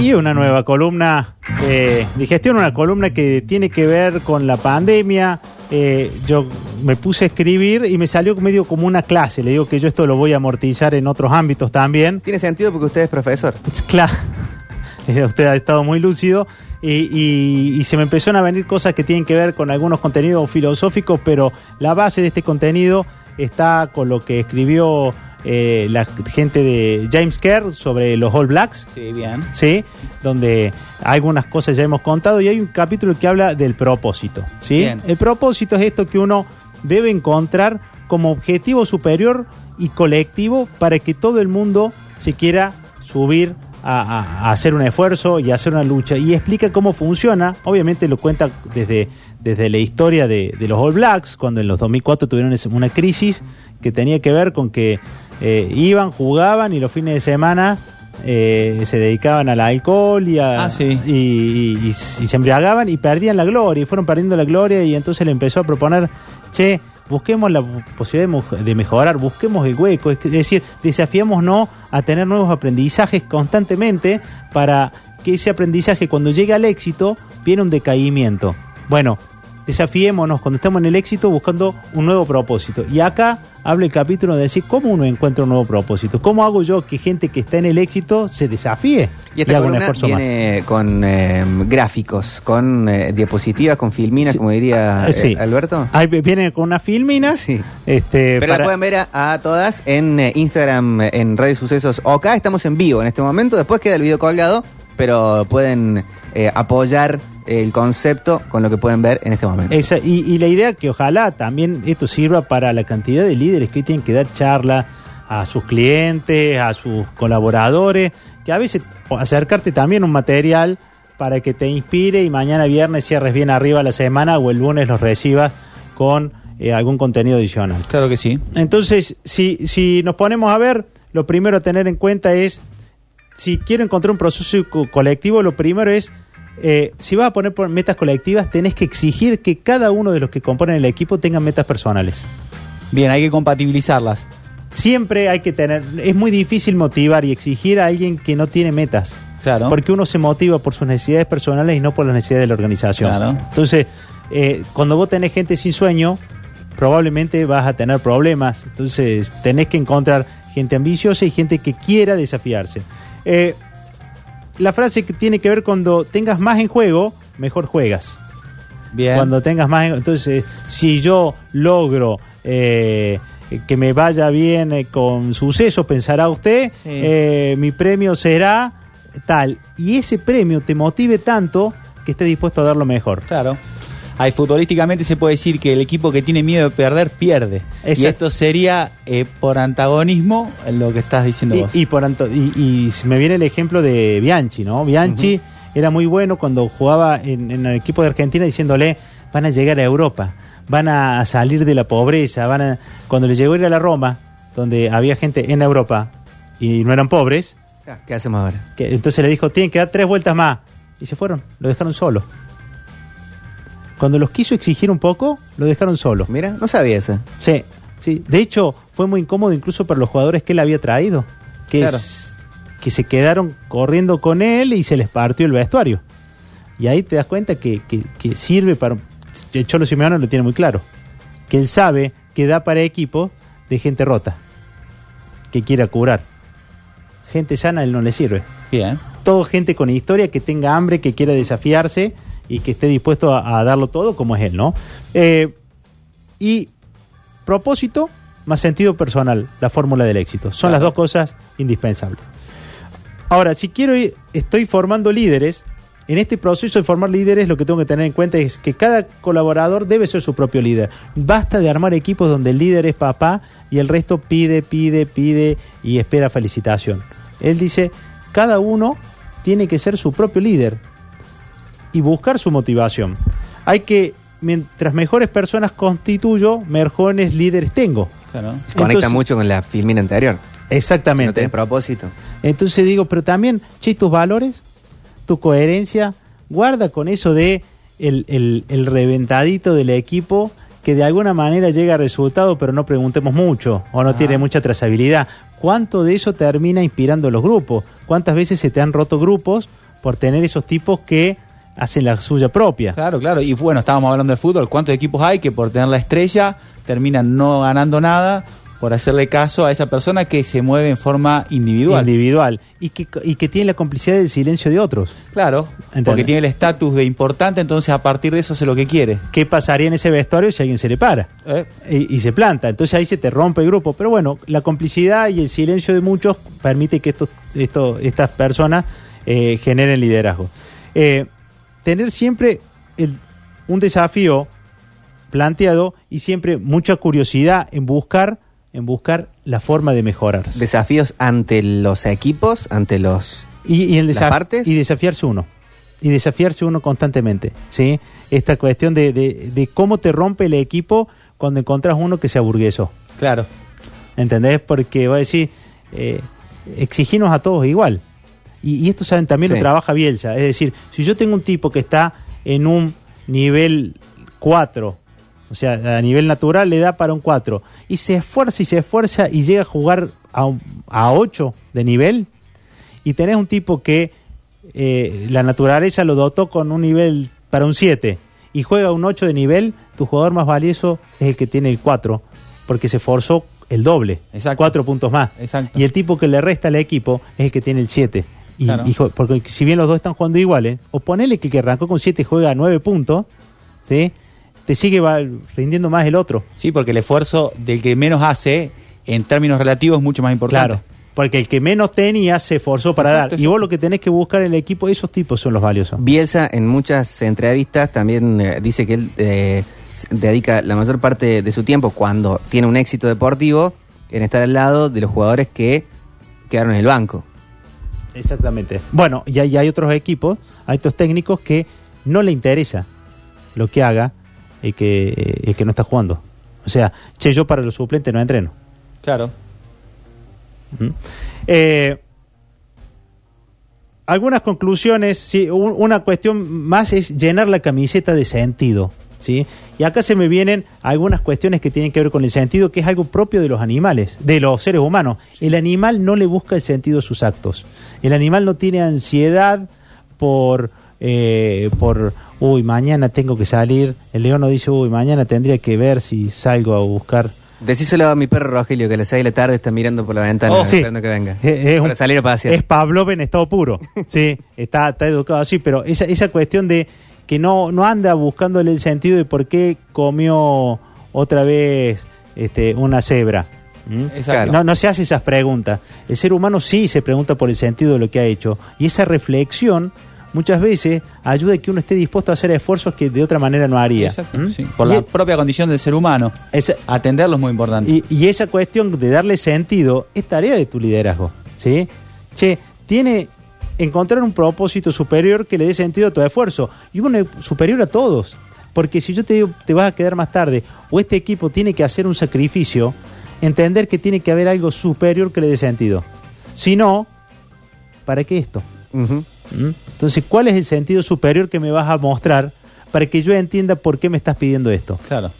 Y una nueva columna de Digestión, una columna que tiene que ver con la pandemia. Yo me puse a escribir y me salió medio como una clase. Le digo que yo esto lo voy a amortizar en otros ámbitos también. Tiene sentido porque usted es profesor. Claro, usted ha estado muy lúcido y se me empezaron a venir cosas que tienen que ver con algunos contenidos filosóficos, pero la base de este contenido está con lo que escribió la gente de James Kerr sobre los All Blacks. Sí, bien. Sí, donde algunas cosas ya hemos contado y hay un capítulo que habla del propósito. ¿Sí? Bien. El propósito es esto que uno debe encontrar como objetivo superior y colectivo para que todo el mundo se quiera subir a hacer un esfuerzo y hacer una lucha, y explica cómo funciona. Obviamente lo cuenta desde la historia de los All Blacks, cuando en los 2004 tuvieron una crisis que tenía que ver con que iban, jugaban y los fines de semana se dedicaban al alcohol y se embriagaban y perdían la gloria, y fueron perdiendo la gloria, y entonces le empezó a proponer, busquemos la posibilidad de mejorar, busquemos el hueco, es decir, desafiémonos a tener nuevos aprendizajes constantemente para que ese aprendizaje, cuando llegue al éxito, viene un decaimiento. Bueno, desafiémonos cuando estamos en el éxito buscando un nuevo propósito. Y acá habla el capítulo de decir cómo uno encuentra un nuevo propósito. ¿Cómo hago yo que gente que está en el éxito se desafíe? Y esta columna viene con gráficos, con diapositivas, con filminas, como diría Alberto. Ahí viene con unas filminas. Sí. Pero la pueden ver a todas en Instagram, en Radio Sucesos OK. Estamos en vivo en este momento. Después queda el video colgado, pero pueden apoyar el concepto con lo que pueden ver en este momento. Y la idea que ojalá también esto sirva para la cantidad de líderes que hoy tienen que dar charla a sus clientes, a sus colaboradores, que a veces acercarte también un material para que te inspire y mañana viernes cierres bien arriba la semana o el lunes los recibas con algún contenido adicional. Claro que sí. Entonces, si nos ponemos a ver, lo primero a tener en cuenta es, si quiero encontrar un proceso colectivo, lo primero es, si vas a poner metas colectivas, tenés que exigir que cada uno de los que componen el equipo tengan metas personales. Bien, hay que compatibilizarlas. Siempre hay que tener, es muy difícil motivar y exigir a alguien que no tiene metas. Claro. Porque uno se motiva por sus necesidades personales y no por las necesidades de la organización. Claro. Entonces, cuando vos tenés gente sin sueño, probablemente vas a tener problemas. Entonces, tenés que encontrar gente ambiciosa y gente que quiera desafiarse. La frase que tiene que ver cuando tengas más en juego, mejor juegas. Bien. Cuando tengas más entonces, si yo logro que me vaya bien con suceso, pensará usted, mi premio será tal. Y ese premio te motive tanto que estés dispuesto a dar lo mejor. Claro. Ahí futbolísticamente se puede decir que el equipo que tiene miedo de perder, pierde. Exacto. Y esto sería por antagonismo lo que estás diciendo vos. Y me viene el ejemplo de Bianchi, ¿no? Bianchi era muy bueno cuando jugaba en el equipo de Argentina, diciéndole, van a llegar a Europa, van a salir de la pobreza, cuando le llegó a ir a la Roma, donde había gente en Europa y no eran pobres. ¿Qué hacemos ahora? Entonces le dijo, tienen que dar 3 vueltas más. Y se fueron, lo dejaron solo. Cuando los quiso exigir un poco, lo dejaron solo. Mira, no sabía eso. Sí. De hecho, fue muy incómodo incluso para los jugadores que él había traído. Que se quedaron corriendo con él y se les partió el vestuario. Y ahí te das cuenta que sirve para... El Cholo Simeone lo tiene muy claro. Que él sabe que da para equipo de gente rota. Que quiera curar. Gente sana, él no le sirve. Bien. Todo gente con historia, que tenga hambre, que quiera desafiarse y que esté dispuesto a darlo todo, como es él, ¿no? Y propósito más sentido personal, la fórmula del éxito. Son las dos cosas indispensables. Ahora, si estoy formando líderes, en este proceso de formar líderes lo que tengo que tener en cuenta es que cada colaborador debe ser su propio líder. Basta de armar equipos donde el líder es papá y el resto pide y espera felicitación. Él dice, cada uno tiene que ser su propio líder y buscar su motivación. Mientras mejores personas constituyo, mejores líderes tengo. Claro. Se conecta mucho con la filmina anterior. Exactamente. Si no tenés propósito. Entonces digo, pero también, tus valores, tu coherencia, guarda con eso de el reventadito del equipo que de alguna manera llega a resultado, pero no preguntemos mucho o no tiene mucha trazabilidad. ¿Cuánto de eso termina inspirando los grupos? ¿Cuántas veces se te han roto grupos por tener esos tipos que hacen la suya propia. Claro, claro. Y bueno, estábamos hablando de fútbol. ¿Cuántos equipos hay que por tener la estrella terminan no ganando nada por hacerle caso a esa persona que se mueve en forma individual? Y que tiene la complicidad del silencio de otros. Claro, ¿entendés? Porque tiene el estatus de importante, entonces a partir de eso hace lo que quiere. ¿Qué pasaría en ese vestuario si alguien se le para? Y se planta. Entonces ahí se te rompe el grupo. Pero bueno, la complicidad y el silencio de muchos permite que estas personas generen liderazgo. Tener siempre un desafío planteado y siempre mucha curiosidad en buscar la forma de mejorar. Desafíos ante los equipos, ante las partes. Y desafiarse uno constantemente, ¿sí? Esta cuestión de cómo te rompe el equipo cuando encontrás uno que se aburguesó. Claro. ¿Entendés? Porque voy a decir, exigirnos a todos igual. Y esto saben también lo trabaja Bielsa. Es decir, si yo tengo un tipo que está en un nivel 4, o sea, a nivel natural le da para un 4, y se esfuerza y llega a jugar a 8 de nivel, y tenés un tipo que la naturaleza lo dotó con un nivel para un 7, y juega un 8 de nivel, tu jugador más valioso es el que tiene el 4, porque se esforzó el doble, 4 puntos más. Exacto. Y el tipo que le resta al equipo es el que tiene el 7. Claro. Porque si bien los dos están jugando iguales, o ponele que arrancó con 7 y juega 9 puntos, ¿sí? Te sigue rindiendo más el otro. Sí, porque el esfuerzo del que menos hace, en términos relativos, es mucho más importante. Claro, porque el que menos tenía se esforzó para dar. Y vos lo que tenés que buscar en el equipo, esos tipos son los valiosos. Bielsa en muchas entrevistas también dice que él dedica la mayor parte de su tiempo, cuando tiene un éxito deportivo, en estar al lado de los jugadores que quedaron en el banco. Exactamente. Bueno, y hay otros equipos, hay otros técnicos que no le interesa lo que haga el que no está jugando. O sea, yo para los suplentes no entreno. Claro. Algunas conclusiones, sí, una cuestión más es llenar la camiseta de sentido, ¿sí? Y acá se me vienen algunas cuestiones que tienen que ver con el sentido, que es algo propio de los animales, de los seres humanos. El animal no le busca el sentido a sus actos. El animal no tiene ansiedad por mañana tengo que salir. El león no dice, mañana tendría que ver si salgo a buscar. Decíselo a mi perro Rogelio, que a las 6 de la tarde está mirando por la ventana esperando que venga. Para salir a pasear. Es Pavlov en estado puro. Sí, está educado así, pero esa cuestión de que no anda buscándole el sentido de por qué comió otra vez una cebra. Exacto. No se hace esas preguntas. El ser humano sí se pregunta por el sentido de lo que ha hecho. Y esa reflexión muchas veces ayuda a que uno esté dispuesto a hacer esfuerzos que de otra manera no haría. Exacto, sí. Por la propia condición del ser humano. Atenderlo es muy importante. Y esa cuestión de darle sentido es tarea de tu liderazgo, ¿sí? Encontrar un propósito superior que le dé sentido a tu esfuerzo. Y uno superior a todos. Porque si yo te digo, te vas a quedar más tarde, o este equipo tiene que hacer un sacrificio, entender que tiene que haber algo superior que le dé sentido. Si no, ¿para qué esto? Uh-huh. Entonces, ¿cuál es el sentido superior que me vas a mostrar para que yo entienda por qué me estás pidiendo esto? Claro.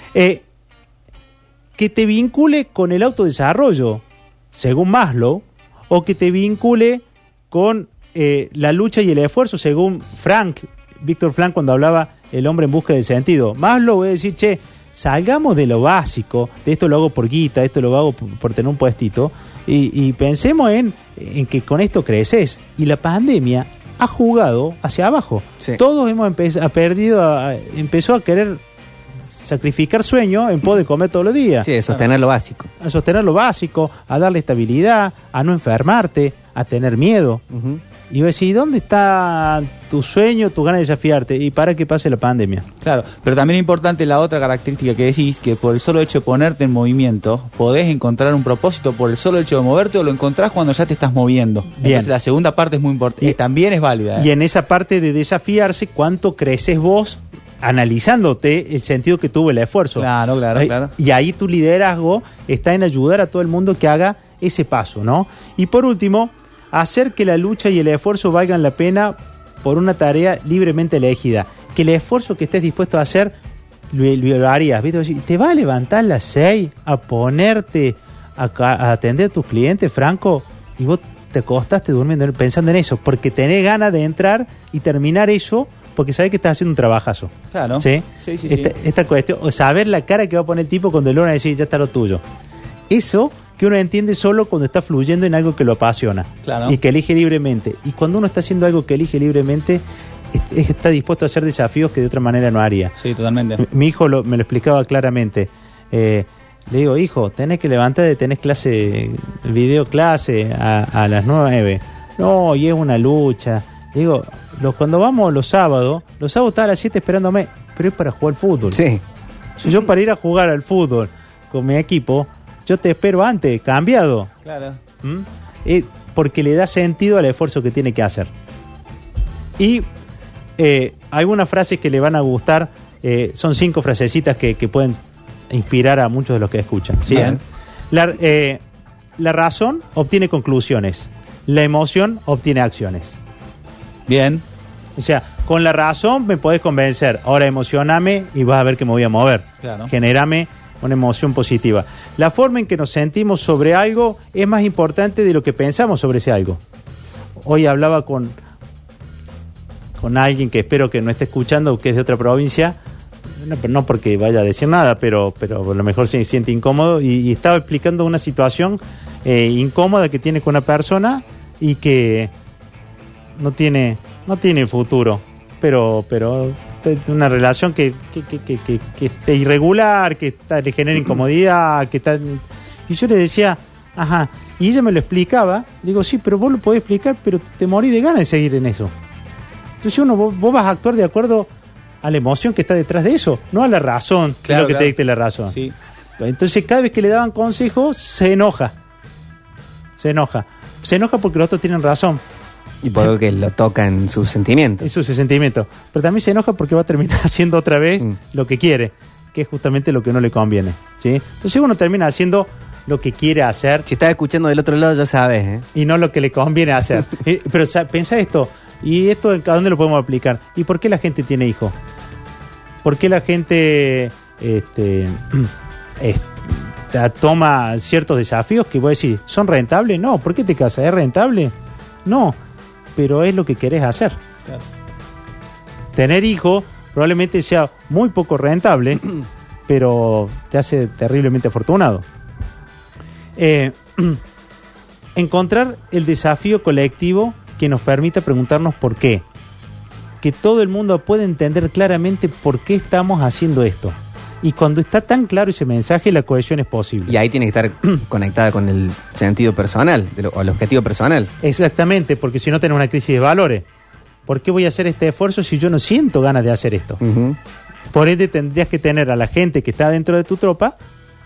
Que te vincule con el autodesarrollo, según Maslow, o que te vincule con la lucha y el esfuerzo, según Víctor Frank, cuando hablaba el hombre en busca del sentido. Maslow voy a decir, salgamos de lo básico, de esto lo hago por guita, esto lo hago por tener un puestito, y pensemos en que con esto creces. Y la pandemia ha jugado hacia abajo. Sí. Todos hemos empezó a querer sacrificar sueño en pos de comer todos los días. Sí, sostener lo básico. A sostener lo básico, a darle estabilidad, a no enfermarte, a tener miedo. Uh-huh. Y voy a decir, ¿dónde está tu sueño, tu ganas de desafiarte? Y para que pase la pandemia. Claro, pero también es importante la otra característica que decís, que por el solo hecho de ponerte en movimiento, podés encontrar un propósito por el solo hecho de moverte, o lo encontrás cuando ya te estás moviendo. Bien. Entonces la segunda parte es muy importante, también es válida. Y en esa parte de desafiarse, ¿cuánto creces vos analizándote el sentido que tuvo el esfuerzo? Claro. Y ahí tu liderazgo está en ayudar a todo el mundo que haga ese paso, ¿no? Y por último, hacer que la lucha y el esfuerzo valgan la pena por una tarea libremente elegida. Que el esfuerzo que estés dispuesto a hacer lo harías, ¿viste? ¿Te va a levantar a las 6 a ponerte a atender a tus clientes, Franco? Y vos te acostaste durmiendo pensando en eso, porque tenés ganas de entrar y terminar eso, porque sabés que estás haciendo un trabajazo. Claro. ¿Sí? Sí. Esta cuestión, o saber la cara que va a poner el tipo cuando le van a decir, ya está lo tuyo. Eso que uno entiende solo cuando está fluyendo en algo que lo apasiona. Claro. Y que elige libremente. Y cuando uno está haciendo algo que elige libremente, está dispuesto a hacer desafíos que de otra manera no haría. Sí, totalmente. Mi hijo me lo explicaba claramente. Le digo, hijo, tenés que levantarte, tenés clase, video clase a las 9. No, y es una lucha. Le digo, cuando vamos los sábados estaba a las 7 esperándome, pero es para jugar al fútbol. Sí. Si yo para ir a jugar al fútbol con mi equipo, yo te espero antes, cambiado. Claro. Porque le da sentido al esfuerzo que tiene que hacer. Y algunas frases que le van a gustar, son 5 frasecitas que pueden inspirar a muchos de los que escuchan. ¿Sí? Bien. La razón obtiene conclusiones, la emoción obtiene acciones. Bien. O sea, con la razón me podés convencer, ahora emocioname y vas a ver que me voy a mover. Claro. Generame una emoción positiva. La forma en que nos sentimos sobre algo es más importante de lo que pensamos sobre ese algo. Hoy hablaba con alguien que espero que no esté escuchando, que es de otra provincia, no porque vaya a decir nada, pero a lo mejor se siente incómodo, y estaba explicando una situación incómoda que tiene con una persona y que no tiene futuro, pero una relación que está irregular, que le genera incomodidad, y yo le decía, ajá, y ella me lo explicaba, le digo, sí, pero vos lo podés explicar, pero te morís de ganas de seguir en eso. Entonces vos vas a actuar de acuerdo a la emoción que está detrás de eso, no a la razón, claro, lo que te dicte la razón. Sí. Entonces cada vez que le daban consejos se enoja porque los otros tienen razón. Y por lo que lo toca en sus sentimientos. En sus sentimientos. Pero también se enoja porque va a terminar haciendo otra vez lo que quiere, que es justamente lo que no le conviene. ¿Sí? Entonces uno termina haciendo lo que quiere hacer. Si estás escuchando del otro lado, ya sabes, ¿eh? Y no lo que le conviene hacer. Pero pensá esto, y esto ¿a dónde lo podemos aplicar? ¿Y por qué la gente tiene hijos? ¿Por qué la gente toma ciertos desafíos que vos decís, ¿son rentables? No. ¿Por qué te casas? ¿Es rentable? No. Pero es lo que querés hacer. Claro. Tener hijos probablemente sea muy poco rentable, pero te hace terriblemente afortunado. Encontrar el desafío colectivo que nos permita preguntarnos por qué. Que todo el mundo pueda entender claramente por qué estamos haciendo esto. Y cuando está tan claro ese mensaje, la cohesión es posible. Y ahí tiene que estar conectada con el sentido personal, o el objetivo personal. Exactamente, porque si no tenés una crisis de valores. ¿Por qué voy a hacer este esfuerzo si yo no siento ganas de hacer esto? Uh-huh. Por ende tendrías que tener a la gente que está dentro de tu tropa,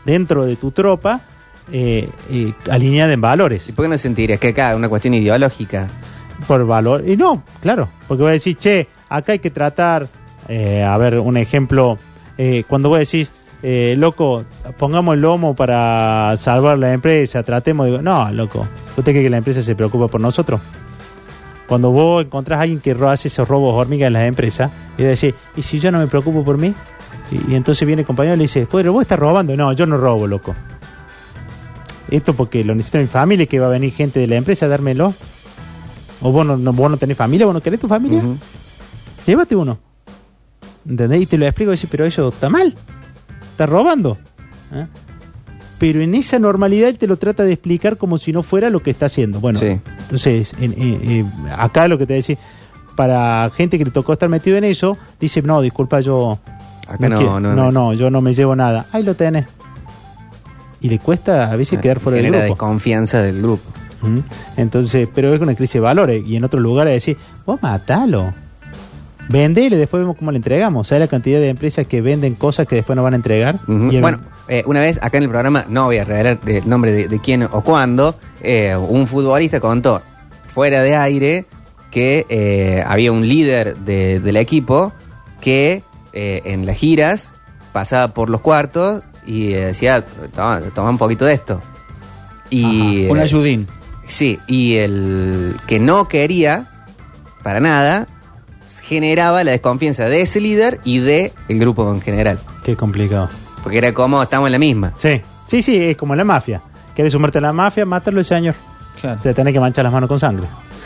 alineada en valores. ¿Y por qué no sentirías que acá es una cuestión ideológica? Por valor. Y no, claro, porque voy a decir, acá hay que tratar, a ver, un ejemplo, cuando vos decís, loco, pongamos el lomo para salvar la empresa, tratemos, digo, no, loco, ¿usted cree que la empresa se preocupa por nosotros? Cuando vos encontrás a alguien que hace esos robos hormigas en las empresas, y decís, ¿y si yo no me preocupo por mí? Y entonces viene el compañero y le dice, pero vos estás robando. No, yo no robo, loco. Esto porque lo necesito en mi familia, que va a venir gente de la empresa a dármelo. O vos no tenés familia, vos no querés tu familia. Uh-huh. Llévate uno. ¿Entendés? Y te lo explico y decís, pero eso está mal. Estás robando. ¿Eh? Pero en esa normalidad él te lo trata de explicar como si no fuera lo que está haciendo. Bueno, sí. Entonces, acá lo que te decís, para gente que le tocó estar metido en eso, dice, no, disculpa, yo... Acá no, yo no me llevo nada. Ahí lo tenés. Y le cuesta a veces quedar fuera del grupo. Genera desconfianza del grupo. Entonces, pero es una crisis de valores. Y en otros lugares decir, vos matalo. Vendele, después vemos cómo le entregamos. ¿Sabes la cantidad de empresas que venden cosas que después no van a entregar? Uh-huh. Bueno, una vez acá en el programa, no voy a revelar el nombre de quién o cuándo, un futbolista contó fuera de aire que había un líder del equipo que en las giras pasaba por los cuartos y decía, toma un poquito de esto. Y un ayudín. Sí, y el que no quería para nada generaba la desconfianza de ese líder y de el grupo en general. Qué complicado. Porque era como, estamos en la misma. Sí, es como la mafia. ¿Querés sumarte a la mafia? Mátalo ese señor. Claro. Te tenés que manchar las manos con sangre.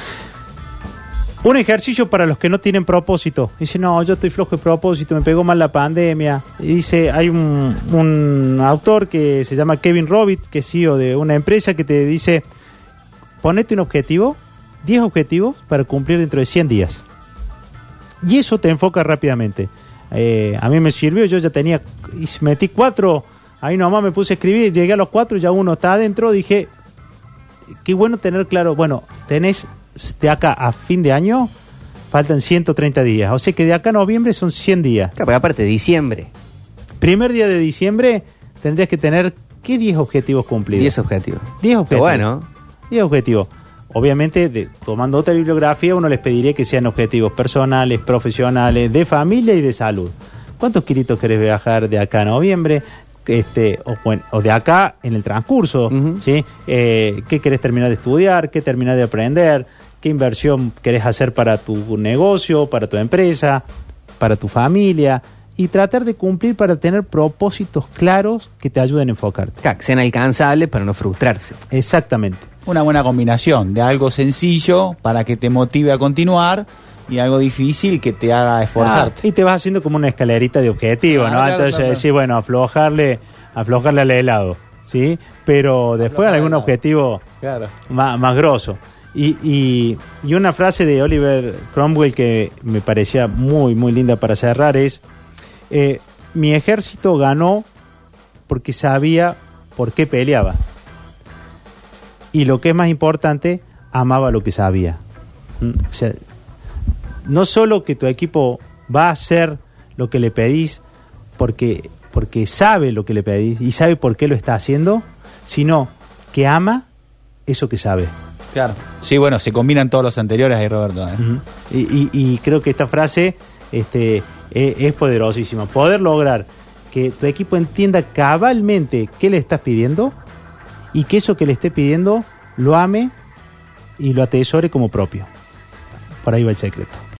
Un ejercicio para los que no tienen propósito. Dice, no, yo estoy flojo de propósito, me pegó mal la pandemia. Y dice, hay un autor que se llama Kevin Robitt, que es CEO de una empresa, que te dice, ponete un objetivo, 10 objetivos para cumplir dentro de 100 días. Y eso te enfoca rápidamente. A mí me sirvió, yo ya tenía, metí 4, ahí nomás me puse a escribir, llegué a los 4, ya uno está adentro, dije, qué bueno tener claro, bueno, tenés de acá a fin de año, faltan 130 días, o sea que de acá a noviembre son 100 días. Claro, pero aparte de diciembre. Primer día de diciembre tendrías que tener, ¿qué 10 objetivos cumplidos? 10 objetivos. 10 objetivos. Pero bueno. 10 objetivos. Obviamente, tomando otra bibliografía, uno les pediría que sean objetivos personales, profesionales, de familia y de salud. ¿Cuántos kilitos querés bajar de acá a noviembre? O de acá en el transcurso, ¿sí? ¿Qué querés terminar de estudiar? ¿Qué terminar de aprender? ¿Qué inversión querés hacer para tu negocio, para tu empresa, para tu familia? Y tratar de cumplir para tener propósitos claros que te ayuden a enfocarte. Que sean alcanzables para no frustrarse. Exactamente. Una buena combinación de algo sencillo para que te motive a continuar y algo difícil que te haga esforzarte. Y te vas haciendo como una escalerita de objetivos, ¿no? Entonces decís, bueno, aflojarle al helado, ¿sí? Pero después algún objetivo más grosso. Y una frase de Oliver Cromwell que me parecía muy, muy linda para cerrar es, mi ejército ganó porque sabía por qué peleaba. Y lo que es más importante, amaba lo que sabía. O sea, no solo que tu equipo va a hacer lo que le pedís porque sabe lo que le pedís y sabe por qué lo está haciendo, sino que ama eso que sabe. Claro. Sí, bueno, se combinan todos los anteriores ahí, Roberto. Y creo que esta frase es poderosísima. Poder lograr que tu equipo entienda cabalmente qué le estás pidiendo y que eso que le esté pidiendo lo ame y lo atesore como propio. Por ahí va el secreto.